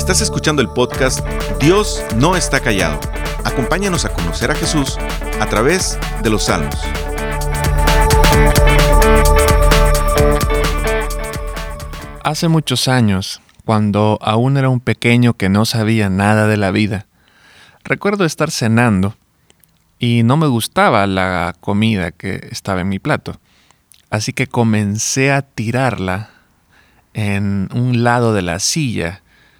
Estás escuchando el podcast Dios no está callado. Acompáñanos a conocer a Jesús a través de los Salmos. Hace muchos años, cuando aún era un pequeño que no sabía nada de la vida, recuerdo estar cenando y no me gustaba la comida que estaba en mi plato. Así que comencé a tirarla en un lado de la silla.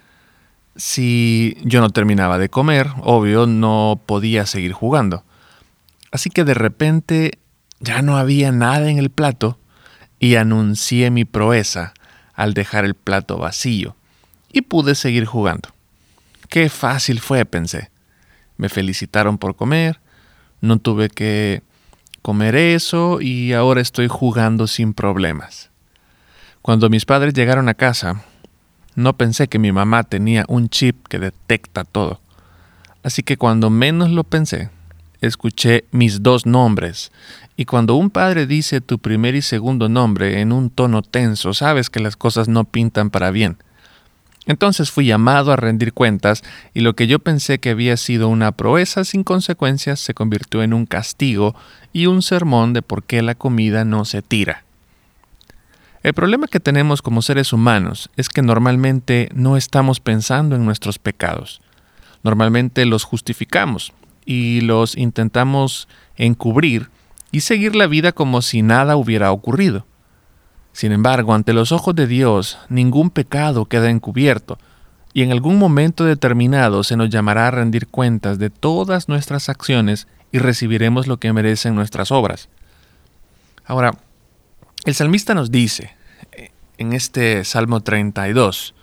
Si yo no terminaba de comer, obvio, no podía seguir jugando. Así que de repente ya no había nada en el plato y anuncié mi proeza al dejar el plato vacío y pude seguir jugando. Qué fácil fue, pensé. Me felicitaron por comer, no tuve que comer eso y ahora estoy jugando sin problemas. Cuando mis padres llegaron a casa, no pensé que mi mamá tenía un chip que detecta todo. Así que cuando menos lo pensé, escuché mis dos nombres. Y cuando un padre dice tu primer y segundo nombre en un tono tenso, sabes que las cosas no pintan para bien. Entonces fui llamado a rendir cuentas y lo que yo pensé que había sido una proeza sin consecuencias se convirtió en un castigo y un sermón de por qué la comida no se tira. El problema que tenemos como seres humanos es que normalmente no estamos pensando en nuestros pecados. Normalmente los justificamos y los intentamos encubrir y seguir la vida como si nada hubiera ocurrido. Sin embargo, ante los ojos de Dios, ningún pecado queda encubierto, y en algún momento determinado se nos llamará a rendir cuentas de todas nuestras acciones y recibiremos lo que merecen nuestras obras. Ahora, el salmista nos dice, en este Salmo 32,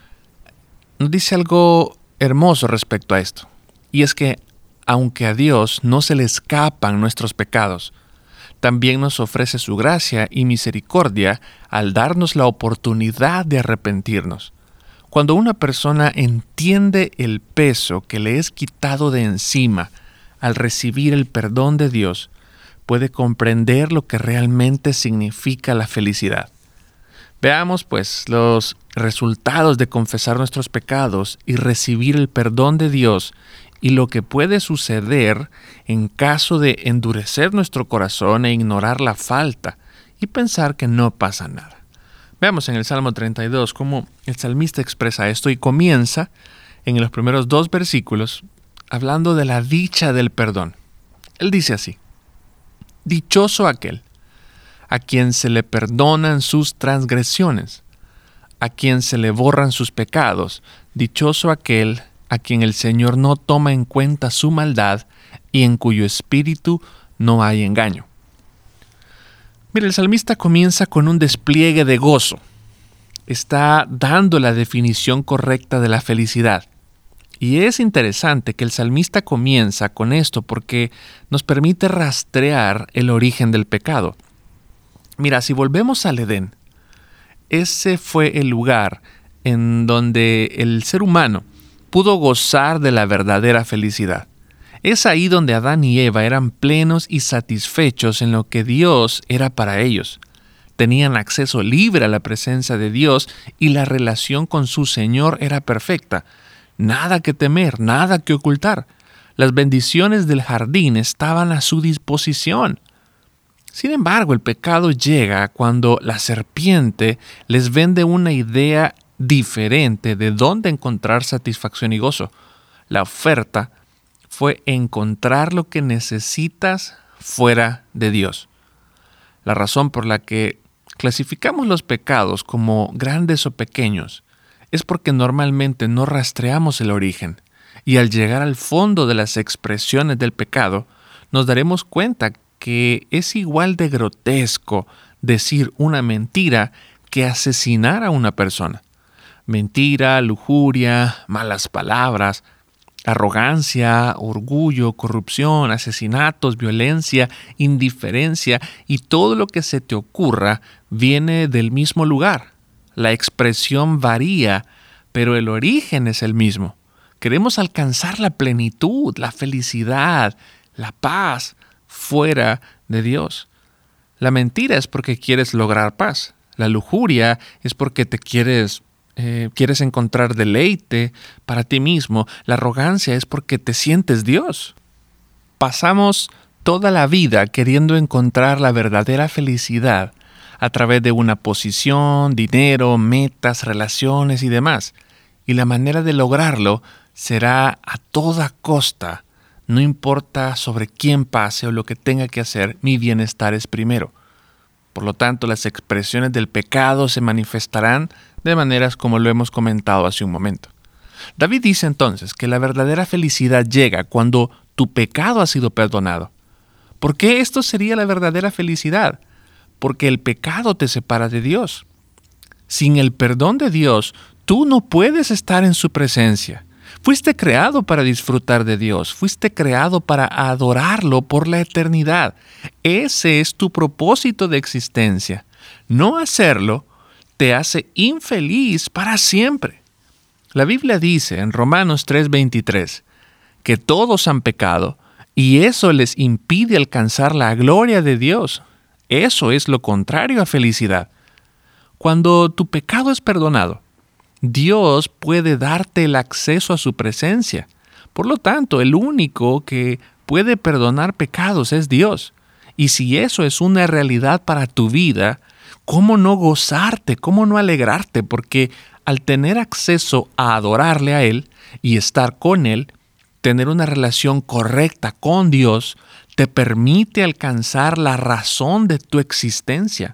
nos dice algo hermoso respecto a esto, y es que, aunque a Dios no se le escapan nuestros pecados, también nos ofrece su gracia y misericordia al darnos la oportunidad de arrepentirnos. Cuando una persona entiende el peso que le es quitado de encima al recibir el perdón de Dios, puede comprender lo que realmente significa la felicidad. Veamos, pues, los resultados de confesar nuestros pecados y recibir el perdón de Dios y lo que puede suceder en caso de endurecer nuestro corazón e ignorar la falta y pensar que no pasa nada. Veamos en el Salmo 32 cómo el salmista expresa esto y comienza en los primeros 2 versículos hablando de la dicha del perdón. Él dice así: dichoso aquel a quien se le perdonan sus transgresiones, a quien se le borran sus pecados, dichoso aquel a quien el Señor no toma en cuenta su maldad y en cuyo espíritu no hay engaño. Mira, el salmista comienza con un despliegue de gozo. Está dando la definición correcta de la felicidad. Y es interesante que el salmista comienza con esto porque nos permite rastrear el origen del pecado. Mira, si volvemos al Edén, ese fue el lugar en donde el ser humano pudo gozar de la verdadera felicidad. Es ahí donde Adán y Eva eran plenos y satisfechos en lo que Dios era para ellos. Tenían acceso libre a la presencia de Dios y la relación con su Señor era perfecta. Nada que temer, nada que ocultar. Las bendiciones del jardín estaban a su disposición. Sin embargo, el pecado llega cuando la serpiente les vende una idea diferente de dónde encontrar satisfacción y gozo. La oferta fue encontrar lo que necesitas fuera de Dios. La razón por la que clasificamos los pecados como grandes o pequeños es porque normalmente no rastreamos el origen, y al llegar al fondo de las expresiones del pecado, nos daremos cuenta que es igual de grotesco decir una mentira que asesinar a una persona. Mentira, lujuria, malas palabras, arrogancia, orgullo, corrupción, asesinatos, violencia, indiferencia y todo lo que se te ocurra viene del mismo lugar. La expresión varía, pero el origen es el mismo. Queremos alcanzar la plenitud, la felicidad, la paz fuera de Dios. La mentira es porque quieres lograr paz. La lujuria es porque te quieres quieres encontrar deleite para ti mismo. La arrogancia es porque te sientes Dios. Pasamos toda la vida queriendo encontrar la verdadera felicidad a través de una posición, dinero, metas, relaciones y demás. Y la manera de lograrlo será a toda costa. No importa sobre quién pase o lo que tenga que hacer, mi bienestar es primero. Por lo tanto, las expresiones del pecado se manifestarán de maneras como lo hemos comentado hace un momento. David dice entonces que la verdadera felicidad llega cuando tu pecado ha sido perdonado. ¿Por qué esto sería la verdadera felicidad? Porque el pecado te separa de Dios. Sin el perdón de Dios, tú no puedes estar en su presencia. Fuiste creado para disfrutar de Dios, fuiste creado para adorarlo por la eternidad. Ese es tu propósito de existencia. No hacerlo te hace infeliz para siempre. La Biblia dice en Romanos 3:23 que todos han pecado y eso les impide alcanzar la gloria de Dios. Eso es lo contrario a felicidad. Cuando tu pecado es perdonado, Dios puede darte el acceso a su presencia. Por lo tanto, el único que puede perdonar pecados es Dios. Y si eso es una realidad para tu vida, ¿cómo no gozarte? ¿Cómo no alegrarte? Porque al tener acceso a adorarle a Él y estar con Él, tener una relación correcta con Dios, te permite alcanzar la razón de tu existencia.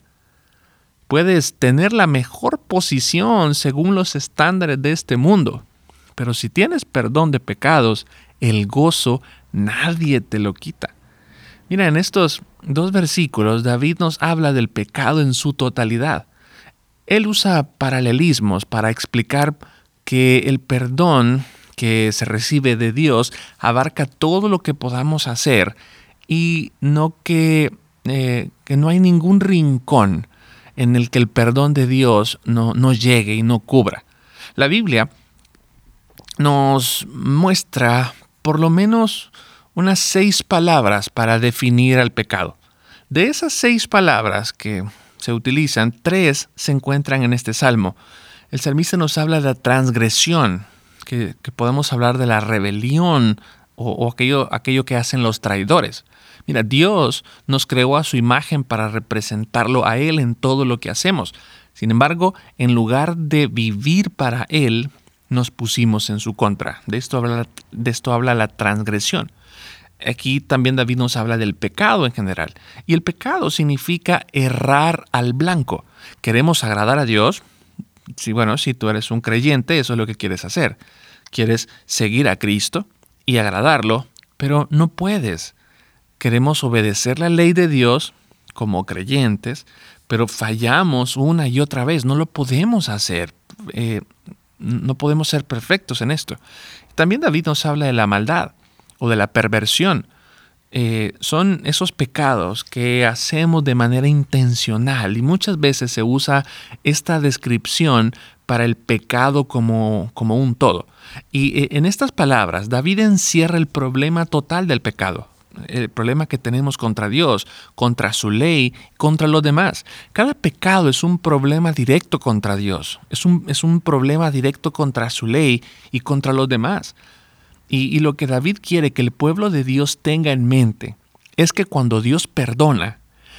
Puedes tener la mejor posición según los estándares de este mundo, pero si tienes perdón de pecados, el gozo nadie te lo quita. Mira, en estos 2 versículos, David nos habla del pecado en su totalidad. Él usa paralelismos para explicar que el perdón que se recibe de Dios abarca todo lo que podamos hacer y no que no hay ningún rincón en el que el perdón de Dios no llegue y no cubra. La Biblia nos muestra por lo menos unas 6 palabras para definir al pecado. De esas 6 palabras que se utilizan, 3 se encuentran en este salmo. El salmista nos habla de la transgresión, que podemos hablar de la rebelión o aquello que hacen los traidores. Mira, Dios nos creó a su imagen para representarlo a Él en todo lo que hacemos. Sin embargo, en lugar de vivir para Él, nos pusimos en su contra. De esto habla la transgresión. Aquí también David nos habla del pecado en general. Y el pecado significa errar al blanco. Queremos agradar a Dios. Si tú eres un creyente, eso es lo que quieres hacer. Quieres seguir a Cristo y agradarlo, pero no puedes. Queremos obedecer la ley de Dios como creyentes, pero fallamos una y otra vez. No lo podemos hacer. No podemos ser perfectos en esto. También David nos habla de la maldad o de la perversión. Son esos pecados que hacemos de manera intencional y muchas veces se usa esta descripción para el pecado como un todo. Y en estas palabras, David encierra el problema total del pecado. El problema que tenemos contra Dios, contra su ley, contra los demás. Cada pecado es un problema directo contra Dios. Es un problema directo contra su ley y contra los demás. Y lo que David quiere que el pueblo de Dios tenga en mente es que cuando Dios perdona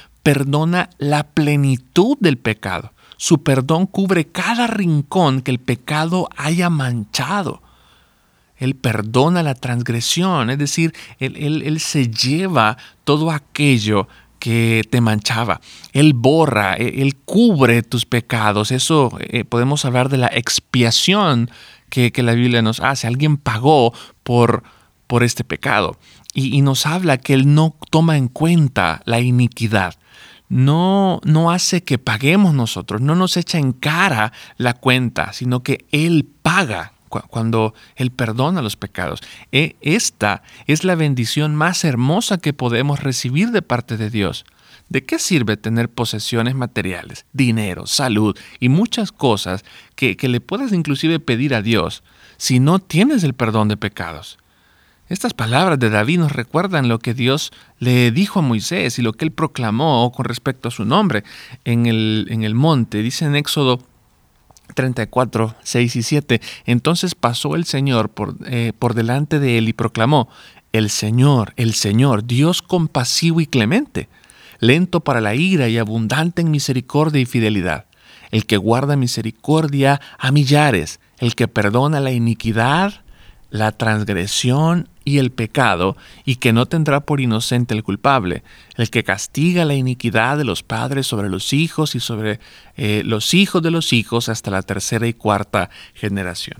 la plenitud del pecado. Su perdón cubre cada rincón que el pecado haya manchado. Él perdona la transgresión, es decir, Él se lleva todo aquello que te manchaba. Él borra, Él cubre tus pecados. Eso podemos hablar de la expiación que la Biblia nos hace. Alguien pagó por este pecado. Y nos habla que Él no toma en cuenta la iniquidad. No hace que paguemos nosotros, no nos echa en cara la cuenta, sino que Él paga cuando Él perdona los pecados. Esta es la bendición más hermosa que podemos recibir de parte de Dios. ¿De qué sirve tener posesiones materiales, dinero, salud y muchas cosas que le puedas inclusive pedir a Dios si no tienes el perdón de pecados? Estas palabras de David nos recuerdan lo que Dios le dijo a Moisés y lo que él proclamó con respecto a su nombre en el monte. Dice en Éxodo 34, 6 y 7. Entonces pasó el Señor por delante de él y proclamó: el Señor, Dios compasivo y clemente, lento para la ira y abundante en misericordia y fidelidad, el que guarda misericordia a millares, el que perdona la iniquidad, la transgresión y el pecado, y que no tendrá por inocente el culpable, el que castiga la iniquidad de los padres sobre los hijos y sobre los hijos de los hijos hasta la tercera y cuarta generación.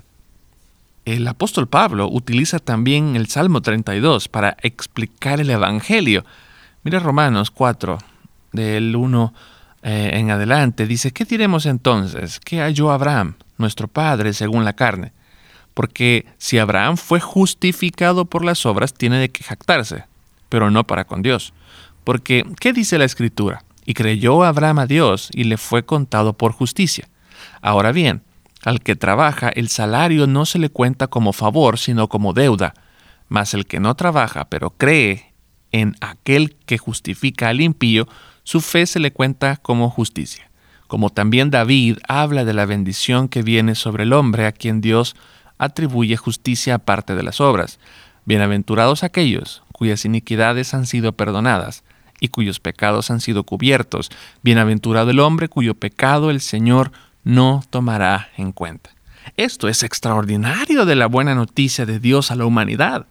El apóstol Pablo utiliza también el Salmo 32 para explicar el Evangelio. Mira Romanos 4, del 1 en adelante, dice: ¿qué diremos entonces? ¿Qué halló Abraham, nuestro padre, según la carne? Porque si Abraham fue justificado por las obras, tiene de qué jactarse, pero no para con Dios. Porque, ¿qué dice la Escritura? Y creyó Abraham a Dios, y le fue contado por justicia. Ahora bien, al que trabaja, el salario no se le cuenta como favor, sino como deuda. Mas el que no trabaja, pero cree en aquel que justifica al impío, su fe se le cuenta como justicia. Como también David habla de la bendición que viene sobre el hombre a quien Dios atribuye justicia aparte de las obras. Bienaventurados aquellos cuyas iniquidades han sido perdonadas y cuyos pecados han sido cubiertos. Bienaventurado el hombre cuyo pecado el Señor no tomará en cuenta. Esto es extraordinario de la buena noticia de Dios a la humanidad.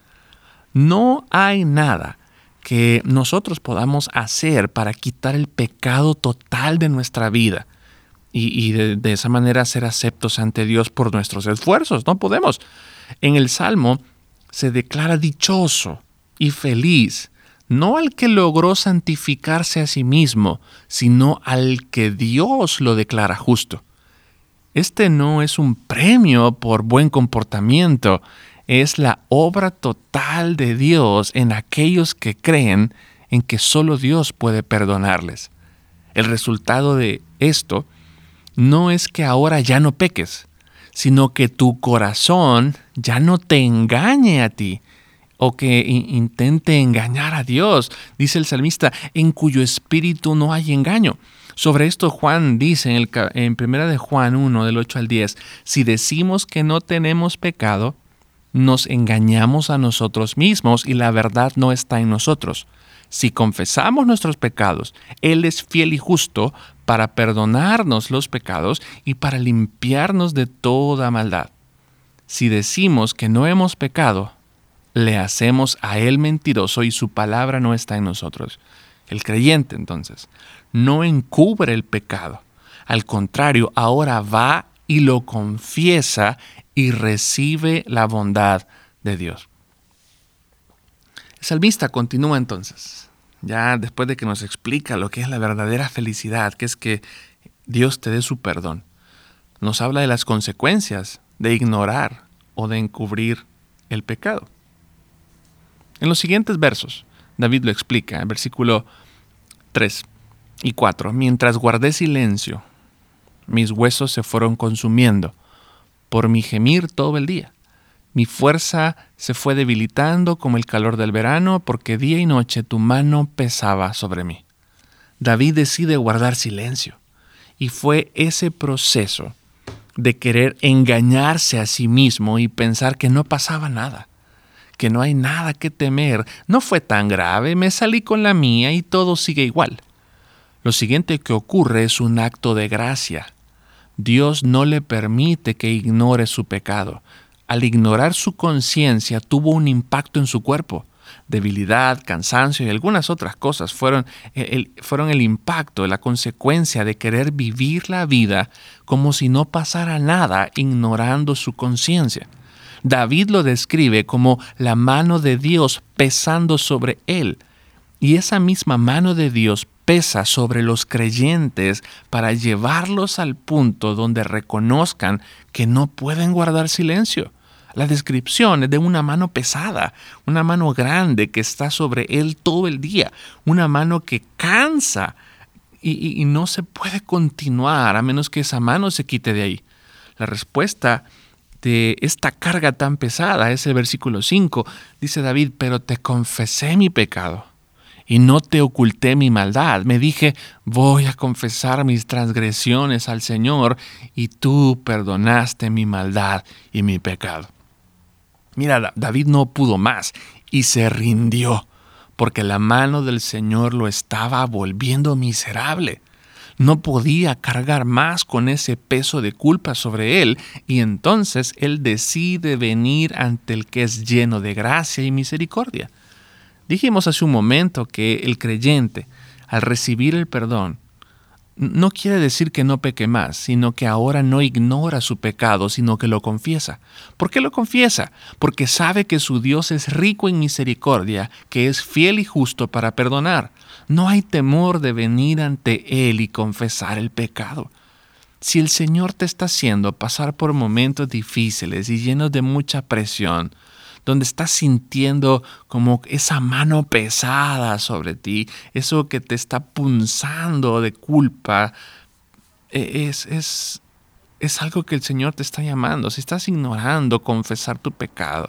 No hay nada que nosotros podamos hacer para quitar el pecado total de nuestra vida y de esa manera ser aceptos ante Dios por nuestros esfuerzos. No podemos. En el Salmo se declara dichoso y feliz, no al que logró santificarse a sí mismo, sino al que Dios lo declara justo. Este no es un premio por buen comportamiento, es la obra total de Dios en aquellos que creen en que solo Dios puede perdonarles. El resultado de esto no es que ahora ya no peques, sino que tu corazón ya no te engañe a ti o que intente engañar a Dios. Dice el salmista, en cuyo espíritu no hay engaño. Sobre esto Juan dice en 1 de Juan 1, del 8 al 10, si decimos que no tenemos pecado, nos engañamos a nosotros mismos y la verdad no está en nosotros. Si confesamos nuestros pecados, Él es fiel y justo para perdonarnos los pecados y para limpiarnos de toda maldad. Si decimos que no hemos pecado, le hacemos a Él mentiroso y su palabra no está en nosotros. El creyente, entonces, no encubre el pecado. Al contrario, ahora va y lo confiesa y recibe la bondad de Dios. El salmista continúa entonces, ya después de que nos explica lo que es la verdadera felicidad, que es que Dios te dé su perdón. Nos habla de las consecuencias de ignorar o de encubrir el pecado. En los siguientes versos, David lo explica, en versículo 3 y 4. Mientras guardé silencio, mis huesos se fueron consumiendo por mi gemir todo el día. Mi fuerza se fue debilitando como el calor del verano, porque día y noche tu mano pesaba sobre mí. David decide guardar silencio, y fue ese proceso de querer engañarse a sí mismo y pensar que no pasaba nada, que no hay nada que temer, no fue tan grave, me salí con la mía y todo sigue igual. Lo siguiente que ocurre es un acto de gracia. Dios no le permite que ignore su pecado. Al ignorar su conciencia tuvo un impacto en su cuerpo. Debilidad, cansancio y algunas otras cosas fueron el impacto, la consecuencia de querer vivir la vida como si no pasara nada, ignorando su conciencia. David lo describe como la mano de Dios pesando sobre él. Y esa misma mano de Dios pesa sobre los creyentes para llevarlos al punto donde reconozcan que no pueden guardar silencio. La descripción es de una mano pesada, una mano grande que está sobre él todo el día, una mano que cansa y no se puede continuar a menos que esa mano se quite de ahí. La respuesta de esta carga tan pesada es el versículo 5. Dice David, pero te confesé mi pecado y no te oculté mi maldad. Me dije, voy a confesar mis transgresiones al Señor, y tú perdonaste mi maldad y mi pecado. Mira, David no pudo más y se rindió, porque la mano del Señor lo estaba volviendo miserable. No podía cargar más con ese peso de culpa sobre él, y entonces él decide venir ante el que es lleno de gracia y misericordia. Dijimos hace un momento que el creyente, al recibir el perdón, no quiere decir que no peque más, sino que ahora no ignora su pecado, sino que lo confiesa. ¿Por qué lo confiesa? Porque sabe que su Dios es rico en misericordia, que es fiel y justo para perdonar. No hay temor de venir ante Él y confesar el pecado. Si el Señor te está haciendo pasar por momentos difíciles y llenos de mucha presión, donde estás sintiendo como esa mano pesada sobre ti, eso que te está punzando de culpa, es algo que el Señor te está llamando. Si estás ignorando confesar tu pecado,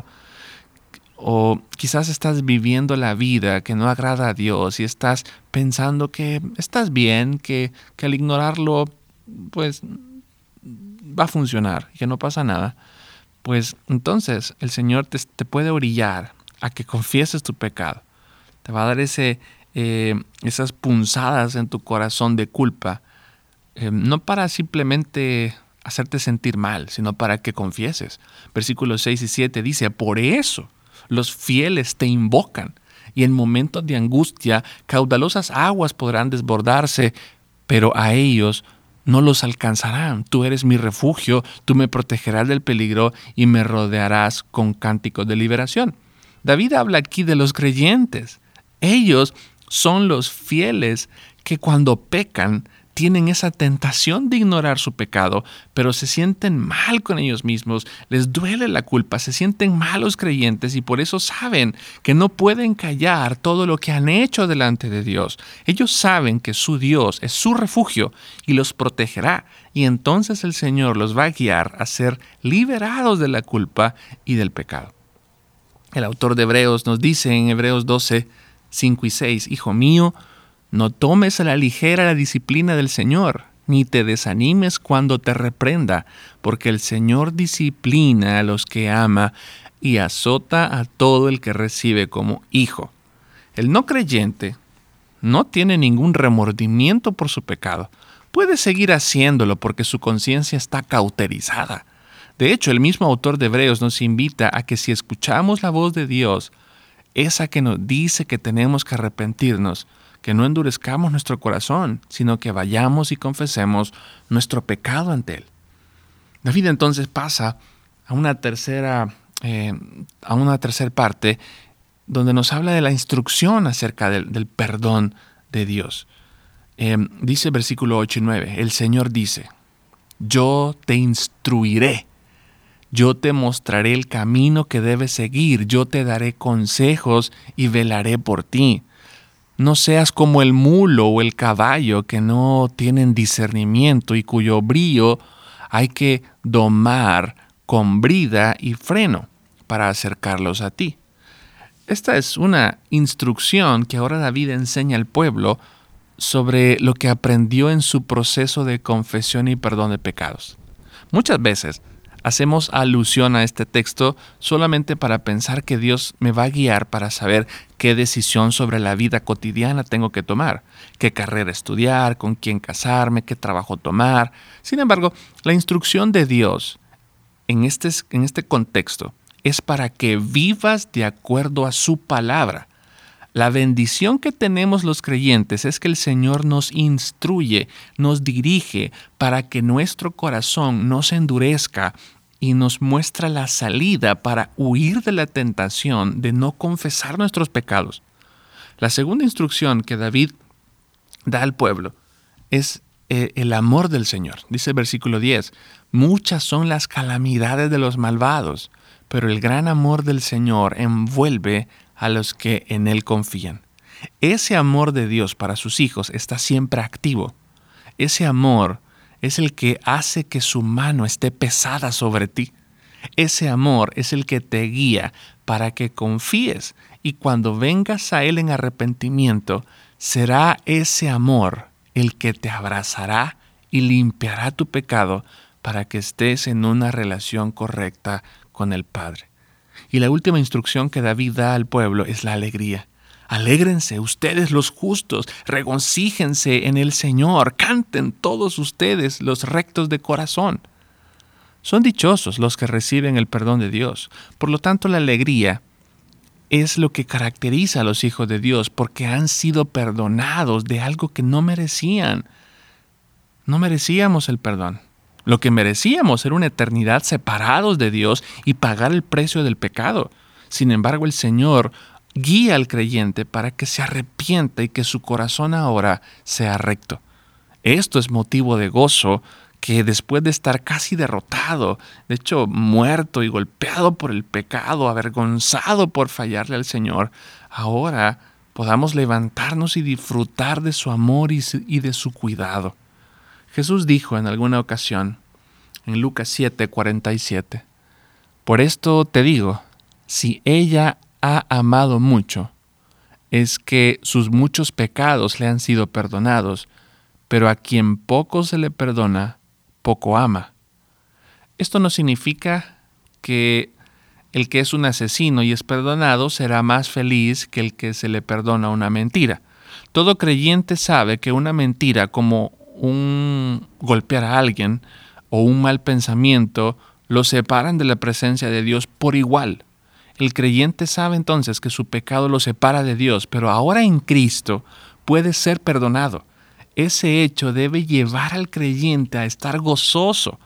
o quizás estás viviendo la vida que no agrada a Dios y estás pensando que estás bien, que al ignorarlo, pues va a funcionar, que no pasa nada, pues entonces el Señor te puede orillar a que confieses tu pecado. Te va a dar esas punzadas en tu corazón de culpa, no para simplemente hacerte sentir mal, sino para que confieses. Versículos 6 y 7 dice, por eso los fieles te invocan, y en momentos de angustia caudalosas aguas podrán desbordarse, pero a ellos no los alcanzarán. Tú eres mi refugio, tú me protegerás del peligro y me rodearás con cánticos de liberación. David habla aquí de los creyentes. Ellos son los fieles que cuando pecan tienen esa tentación de ignorar su pecado, pero se sienten mal con ellos mismos, les duele la culpa, se sienten malos creyentes y por eso saben que no pueden callar todo lo que han hecho delante de Dios. Ellos saben que su Dios es su refugio y los protegerá, y entonces el Señor los va a guiar a ser liberados de la culpa y del pecado. El autor de Hebreos nos dice en Hebreos 12, 5 y 6, Hijo mío, no tomes a la ligera la disciplina del Señor, ni te desanimes cuando te reprenda, porque el Señor disciplina a los que ama y azota a todo el que recibe como hijo. El no creyente no tiene ningún remordimiento por su pecado. Puede seguir haciéndolo porque su conciencia está cauterizada. De hecho, el mismo autor de Hebreos nos invita a que si escuchamos la voz de Dios, esa que nos dice que tenemos que arrepentirnos, que no endurezcamos nuestro corazón, sino que vayamos y confesemos nuestro pecado ante Él. David entonces pasa a una tercera parte donde nos habla de la instrucción acerca del perdón de Dios. Dice versículo 8 y 9, el Señor dice, yo te instruiré, yo te mostraré el camino que debes seguir, yo te daré consejos y velaré por ti. No seas como el mulo o el caballo que no tienen discernimiento y cuyo brío hay que domar con brida y freno para acercarlos a ti. Esta es una instrucción que ahora David enseña al pueblo sobre lo que aprendió en su proceso de confesión y perdón de pecados. Muchas veces hacemos alusión a este texto solamente para pensar que Dios me va a guiar para saber qué decisión sobre la vida cotidiana tengo que tomar, qué carrera estudiar, con quién casarme, qué trabajo tomar. Sin embargo, la instrucción de Dios en este contexto es para que vivas de acuerdo a su palabra. La bendición que tenemos los creyentes es que el Señor nos instruye, nos dirige para que nuestro corazón no se endurezca y nos muestra la salida para huir de la tentación de no confesar nuestros pecados. La segunda instrucción que David da al pueblo es el amor del Señor. Dice el versículo 10, muchas son las calamidades de los malvados, pero el gran amor del Señor envuelve a los que en Él confían. Ese amor de Dios para sus hijos está siempre activo. Ese amor es el que hace que su mano esté pesada sobre ti. Ese amor es el que te guía para que confíes y cuando vengas a Él en arrepentimiento, será ese amor el que te abrazará y limpiará tu pecado para que estés en una relación correcta con el Padre. Y la última instrucción que David da al pueblo es la alegría. Alégrense ustedes los justos, regocíjense en el Señor, canten todos ustedes los rectos de corazón. Son dichosos los que reciben el perdón de Dios. Por lo tanto, la alegría es lo que caracteriza a los hijos de Dios porque han sido perdonados de algo que no merecían. No merecíamos el perdón. Lo que merecíamos era una eternidad separados de Dios y pagar el precio del pecado. Sin embargo, el Señor guía al creyente para que se arrepienta y que su corazón ahora sea recto. Esto es motivo de gozo, que después de estar casi derrotado, de hecho muerto y golpeado por el pecado, avergonzado por fallarle al Señor, ahora podamos levantarnos y disfrutar de su amor y de su cuidado. Jesús dijo en alguna ocasión, en Lucas 7:47, por esto te digo, si ella ha amado mucho, es que sus muchos pecados le han sido perdonados, pero a quien poco se le perdona, poco ama. Esto no significa que el que es un asesino y es perdonado será más feliz que el que se le perdona una mentira. Todo creyente sabe que una mentira como un golpear a alguien o un mal pensamiento lo separan de la presencia de Dios por igual. El creyente sabe entonces que su pecado lo separa de Dios, pero ahora en Cristo puede ser perdonado. Ese hecho debe llevar al creyente a estar gozoso.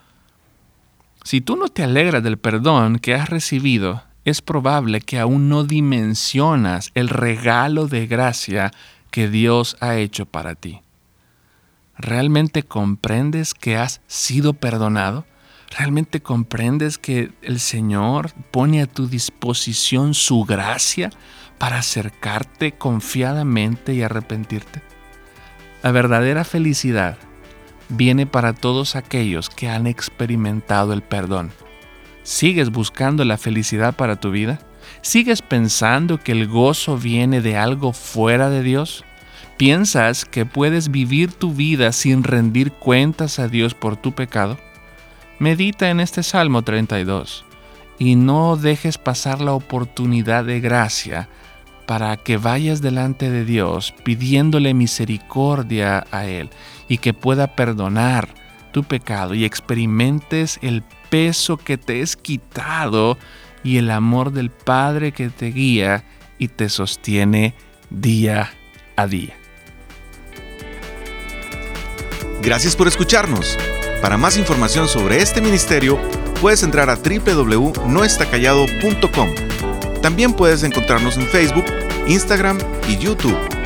Si tú no te alegras del perdón que has recibido, es probable que aún no dimensionas el regalo de gracia que Dios ha hecho para ti. ¿Realmente comprendes que has sido perdonado? ¿Realmente comprendes que el Señor pone a tu disposición su gracia para acercarte confiadamente y arrepentirte? La verdadera felicidad viene para todos aquellos que han experimentado el perdón. ¿Sigues buscando la felicidad para tu vida? ¿Sigues pensando que el gozo viene de algo fuera de Dios? ¿Piensas que puedes vivir tu vida sin rendir cuentas a Dios por tu pecado? Medita en este Salmo 32 y no dejes pasar la oportunidad de gracia para que vayas delante de Dios pidiéndole misericordia a Él y que pueda perdonar tu pecado y experimentes el peso que te es quitado y el amor del Padre que te guía y te sostiene día a día. Gracias por escucharnos. Para más información sobre este ministerio, puedes entrar a www.noestacallado.com. También puedes encontrarnos en Facebook, Instagram y YouTube.